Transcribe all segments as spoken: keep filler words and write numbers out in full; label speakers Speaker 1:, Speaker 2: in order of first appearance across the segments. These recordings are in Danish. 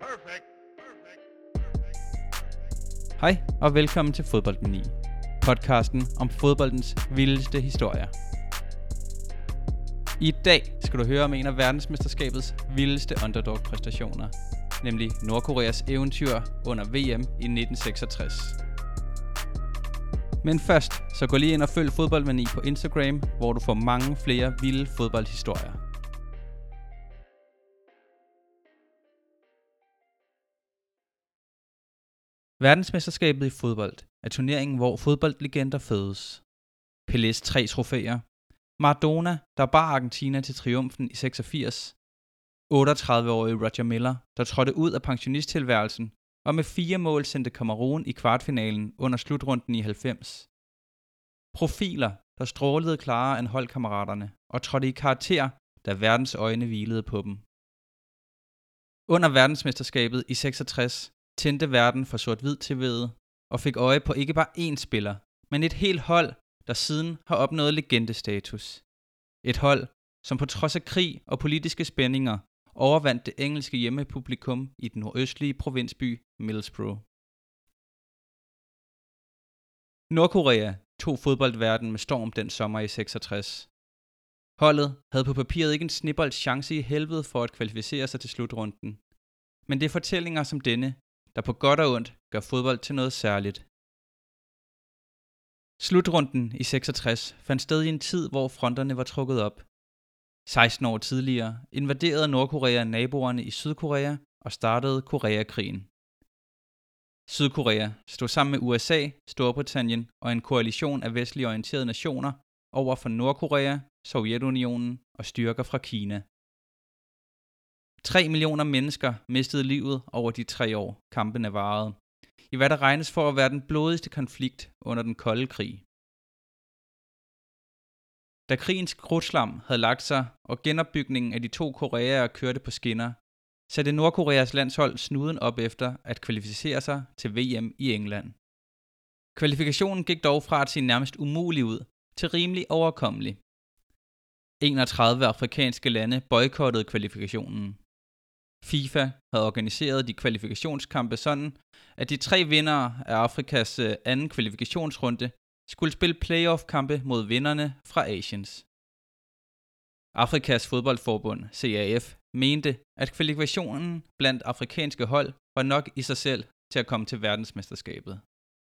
Speaker 1: Hej og velkommen til Fodboldmeni, podcasten om fodboldens vildeste historier. I dag skal du høre om en af verdensmesterskabets vildeste underdog-præstationer, nemlig Nordkoreas eventyr under V M i nitten seksogtres. Men først, så gå lige ind og følg Fodboldmeni på Instagram, hvor du får mange flere vilde fodboldhistorier. Verdensmesterskabet i fodbold er turneringen, hvor fodboldlegender fødes. Pelés tre trofæer, Maradona, der bar Argentina til triumfen i seksogfirs, otteogtredive-årige Roger Milla, der trådte ud af pensionisttilværelsen og med fire mål sendte Cameroun i kvartfinalen under slutrunden i halvfems. Profiler, der strålede klarere end holdkammeraterne og trådte i karakter, da verdens øjne hvilede på dem. Under verdensmesterskabet i seksogtres tændte verden for sort-hvid T V'et og fik øje på ikke bare én spiller, men et helt hold, der siden har opnået legendestatus. Et hold, som på trods af krig og politiske spændinger overvandt det engelske hjemmepublikum i den nordøstlige provinsby Middlesbrough. Nordkorea tog fodboldverdenen med storm den sommer i seksogtres. Holdet havde på papiret ikke en snibbolds chance i helvede for at kvalificere sig til slutrunden. Men det er fortællinger som denne, der på godt og ondt gør fodbold til noget særligt. Slutrunden i seksogtres fandt sted i en tid, hvor fronterne var trukket op. seksten år tidligere invaderede Nordkorea naboerne i Sydkorea og startede Koreakrigen. Sydkorea stod sammen med U S A, Storbritannien og en koalition af vestligt orienterede nationer over for Nordkorea, Sovjetunionen og styrker fra Kina. Tre millioner mennesker mistede livet over de tre år, kampene varede, i hvad der regnes for at være den blodigste konflikt under den kolde krig. Da krigens krudtslam havde lagt sig, og genopbygningen af de to Koreaer kørte på skinner, satte Nordkoreas landshold snuden op efter at kvalificere sig til V M i England. Kvalifikationen gik dog fra at se nærmest umulig ud til rimelig overkommelig. enogtredive afrikanske lande boykottede kvalifikationen. FIFA havde organiseret de kvalifikationskampe sådan, at de tre vindere af Afrikas anden kvalifikationsrunde skulle spille playoff-kampe mod vinderne fra Asiens. Afrikas fodboldforbund, C A F, mente, at kvalifikationen blandt afrikanske hold var nok i sig selv til at komme til verdensmesterskabet.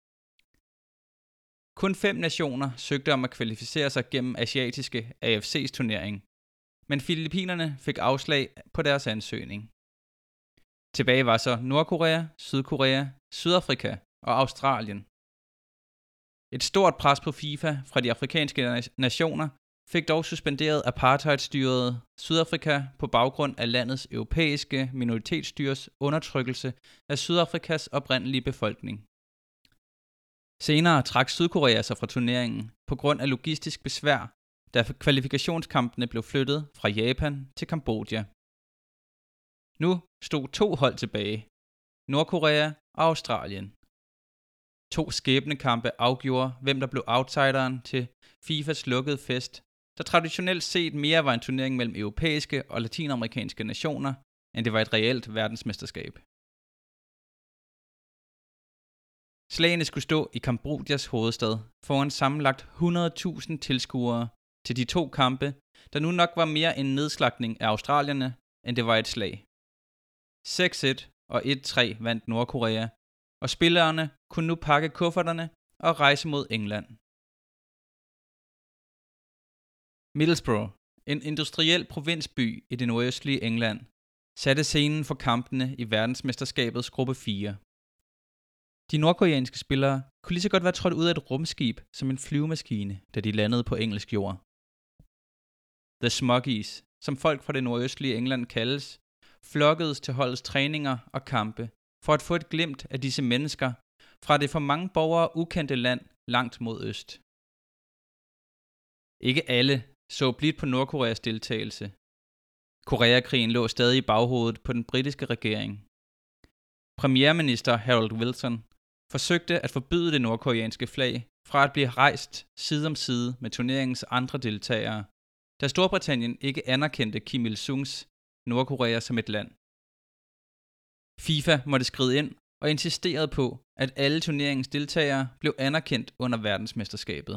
Speaker 1: Kun fem nationer søgte om at kvalificere sig gennem asiatiske A F C's turnering, men Filippinerne fik afslag på deres ansøgning. Tilbage var så Nordkorea, Sydkorea, Sydafrika og Australien. Et stort pres på FIFA fra de afrikanske nationer fik dog suspenderet apartheidstyret Sydafrika på baggrund af landets europæiske minoritetsstyres undertrykkelse af Sydafrikas oprindelige befolkning. Senere trak Sydkorea sig fra turneringen på grund af logistisk besvær, da kvalifikationskampene blev flyttet fra Japan til Kambodja. Nu stod to hold tilbage, Nordkorea og Australien. To skæbnekampe afgjorde, hvem der blev outsideren til FIFAs lukkede fest, der traditionelt set mere var en turnering mellem europæiske og latinamerikanske nationer, end det var et reelt verdensmesterskab. Slagene skulle stå i Kambodjas hovedstad foran sammenlagt hundrede tusind tilskuere til de to kampe, der nu nok var mere en nedslagtning af australierne, end det var et slag. seks et og et tre vandt Nordkorea, og spillerne kunne nu pakke kufferterne og rejse mod England. Middlesbrough, en industriel provinsby i det nordøstlige England, satte scenen for kampene i verdensmesterskabets gruppe fire. De nordkoreanske spillere kunne lige så godt være trådt ud af et rumskib som en flyvemaskine, da de landede på engelsk jord. The Smuggies, som folk fra det nordøstlige England kaldes, flokkedes til holdets træninger og kampe for at få et glimt af disse mennesker fra det for mange borgere ukendte land langt mod øst. Ikke alle så blidt på Nordkoreas deltagelse. Koreakrigen lå stadig i baghovedet på den britiske regering. Premierminister Harold Wilson forsøgte at forbyde det nordkoreanske flag fra at blive rejst side om side med turneringens andre deltagere, da Storbritannien ikke anerkendte Kim Il-sungs Nordkorea som et land. FIFA måtte skride ind og insisterede på, at alle turneringens deltagere blev anerkendt under verdensmesterskabet.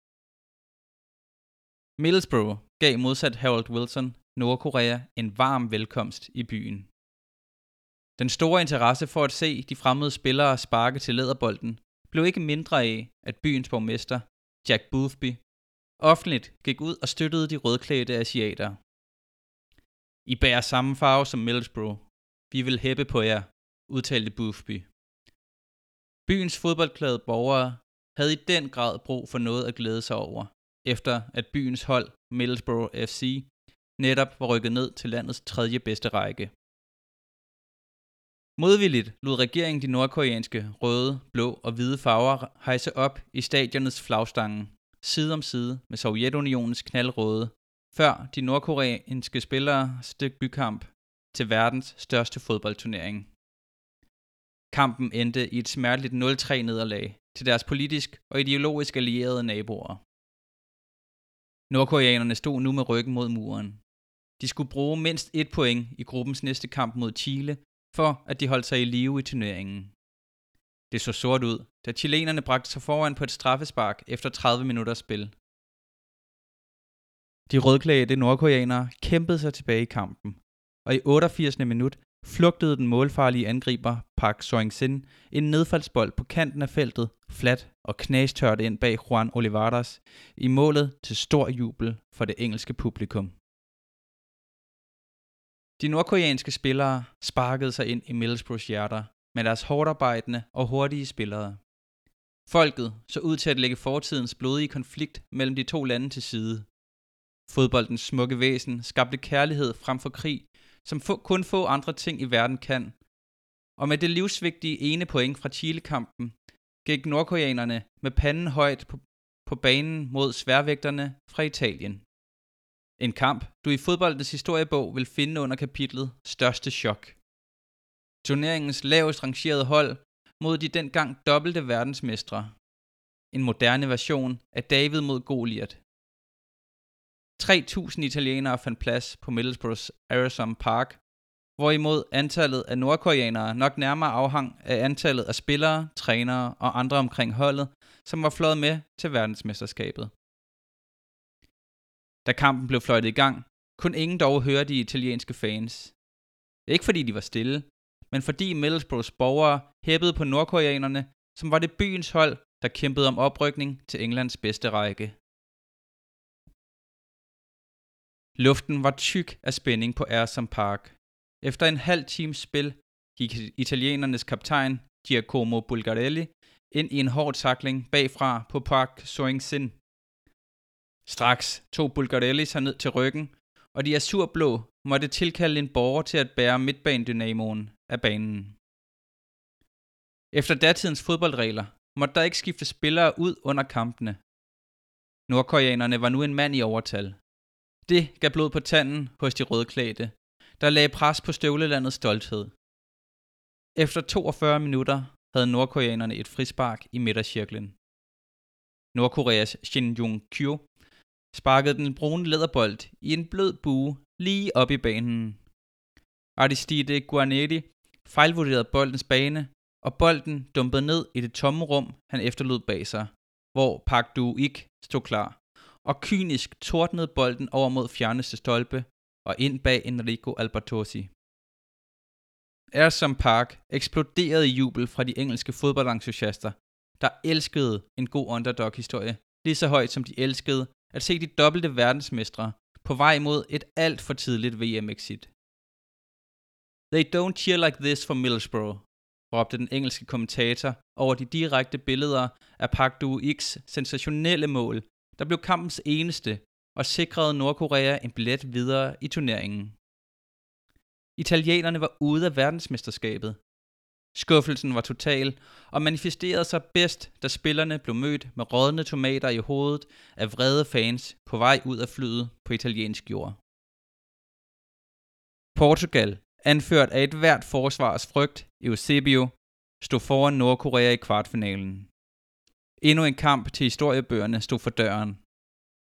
Speaker 1: Middlesbrough gav modsat Harold Wilson Nordkorea en varm velkomst i byen. Den store interesse for at se de fremmede spillere sparke til læderbolden blev ikke mindre af, at byens borgmester, Jack Boothby, offentligt gik ud og støttede de rødklædte asiater. I bærer samme farve som Middlesbrough. Vi vil hæppe på jer, udtalte Boothby. Byens fodboldglade borgere havde i den grad brug for noget at glæde sig over, efter at byens hold, Middlesbrough F C, netop var rykket ned til landets tredje bedste række. Modvilligt lod regeringen de nordkoreanske røde, blå og hvide farver hejse op i stadionets flagstange, side om side med Sovjetunionens knaldrøde, før de nordkoreanske spillere stødte bykamp til verdens største fodboldturnering. Kampen endte i et smerteligt nul tre nederlag til deres politisk og ideologisk allierede naboer. Nordkoreanerne stod nu med ryggen mod muren. De skulle bruge mindst et point i gruppens næste kamp mod Chile, for at de holdt sig i live i turneringen. Det så sort ud, da chilenerne bragte sig foran på et straffespark efter tredive minutters spil. De rødklædte nordkoreanere kæmpede sig tilbage i kampen, og i otteogfirsindstyvende minut flugtede den målfarlige angriber Park Seung-sin en nedfaldsbold på kanten af feltet fladt og knastørt ind bag Juan Olivares i målet til stor jubel for det engelske publikum. De nordkoreanske spillere sparkede sig ind i Middlesbroughs hjerter med deres hårdarbejdende og hurtige spillere. Folket så ud til at lægge fortidens blodige konflikt mellem de to lande til side. Fodboldens smukke væsen skabte kærlighed frem for krig, som få, kun få andre ting i verden kan. Og med det livsvigtige ene point fra Chile-kampen gik nordkoreanerne med panden højt på, på banen mod sværvægterne fra Italien. En kamp, du i fodboldens historiebog vil finde under kapitlet Største chok. Turneringens lavest rangerede hold mod de dengang dobbelte verdensmestre. En moderne version af David mod Goliat. tre tusind italienere fandt plads på Middlesbroughs Ariston Park, hvorimod antallet af nordkoreanere nok nærmere afhang af antallet af spillere, trænere og andre omkring holdet, som var fløjet med til verdensmesterskabet. Da kampen blev fløjtet i gang, kunne ingen dog høre de italienske fans. Ikke fordi de var stille, men fordi Middlesbroughs borgere hæppede på nordkoreanerne, som var det byens hold, der kæmpede om oprykning til Englands bedste række. Luften var tyk af spænding på Ariston Park. Efter en halv times spil gik italienernes kaptajn Giacomo Bulgarelli ind i en hård tackling bagfra på Park Seung-sin. Straks tog Bulgarelli sig ned til ryggen, og de azurblå måtte tilkalde en borger til at bære midtbanedynamoen af banen. Efter datidens fodboldregler måtte der ikke skifte spillere ud under kampene. Nordkoreanerne var nu en mand i overtal. Det gav blod på tanden hos de rødklædte, der lagde pres på støvlelandets stolthed. Efter toogfyrre minutter havde nordkoreanerne et frispark i midtercirklen. Nordkoreas Shin Jung-kyo sparkede den brune læderbold i en blød bue lige op i banen. Aristide Guarneri fejlvurderede boldens bane, og bolden dumpede ned i det tomme rum, han efterlod bag sig, hvor Park Do-ik stod klar, og kynisk tordnede bolden over mod fjerneste stolpe og ind bag Enrico Albertosi. Ariston Park eksploderede i jubel fra de engelske fodboldentusiaster, der elskede en god underdog-historie, lige så højt som de elskede at se de dobbelte verdensmestre på vej mod et alt for tidligt V M-exit. They don't cheer like this for Middlesbrough, råbte den engelske kommentator over de direkte billeder af Park Do-iks sensationelle mål, der blev kampens eneste og sikrede Nordkorea en billet videre i turneringen. Italienerne var ude af verdensmesterskabet. Skuffelsen var total og manifesterede sig bedst, da spillerne blev mødt med rådne tomater i hovedet af vrede fans på vej ud af flyet på italiensk jord. Portugal, anført af et hvert forsvars frygt, Eusebio, stod foran Nordkorea i kvartfinalen. Endnu en kamp til historiebøgerne stod for døren.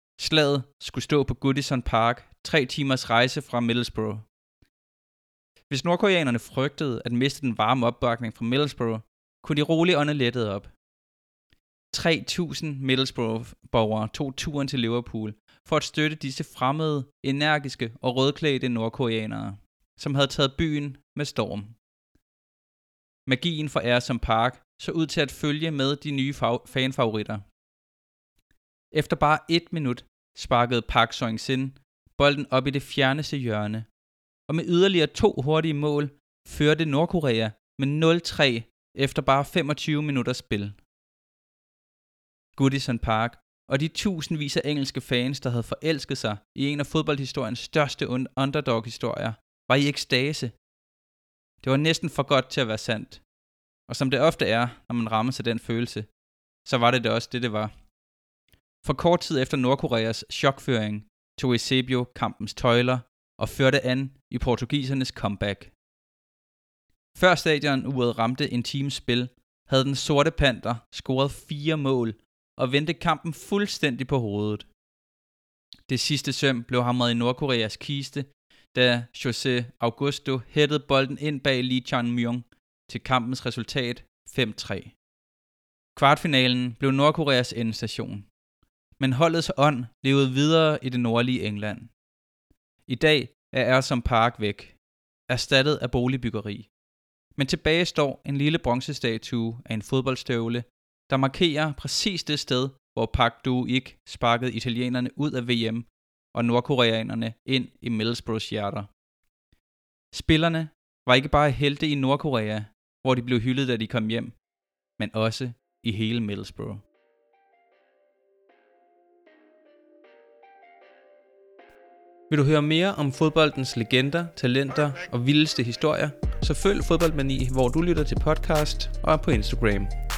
Speaker 1: Slaget skulle stå på Goodison Park, tre timers rejse fra Middlesbrough. Hvis nordkoreanerne frygtede at miste den varme opbakning fra Middlesbrough, kunne de roligt ånde lettet op. tre tusind Middlesbrough-borgere tog turen til Liverpool for at støtte disse fremmede, energiske og rødklædte nordkoreanere, som havde taget byen med storm. Magien for Ayers Park så ud til at følge med de nye fanfavoritter. Efter bare et minut sparkede Park Sung-sin bolden op i det fjerneste hjørne, og med yderligere to hurtige mål førte Nordkorea med nul tre efter bare femogtyve minutters spil. Goodison Park og de tusindvis af engelske fans, der havde forelsket sig i en af fodboldhistoriens største underdog-historier, var i ekstase. Det var næsten for godt til at være sandt. Og som det ofte er, når man rammer sig den følelse, så var det det også det, det var. For kort tid efter Nordkoreas chokføring tog Eusebio kampens tøjler og førte an i portugisernes comeback. Før stadionuret ramte en times spil, havde den sorte panter scoret fire mål og vendte kampen fuldstændig på hovedet. Det sidste søm blev hamret i Nordkoreas kiste, da José Augusto hættede bolden ind bag Lee Chan-myung til kampens resultat fem tre. Kvartfinalen blev Nordkoreas endestation, men holdets ånd levede videre i det nordlige England. I dag er Ayers Park væk, erstattet af boligbyggeri. Men tilbage står en lille bronzestatue af en fodboldstøvle, der markerer præcis det sted, hvor Park Do-ik sparkede italienerne ud af V M og nordkoreanerne ind i Middlesbroughs hjerter. Spillerne var ikke bare helte i Nordkorea, hvor de blev hyldet, da de kom hjem, men også i hele Middlesbrough. Vil du høre mere om fodboldens legender, talenter og vildeste historier, så følg Fodboldmani, hvor du lytter til podcast og på Instagram.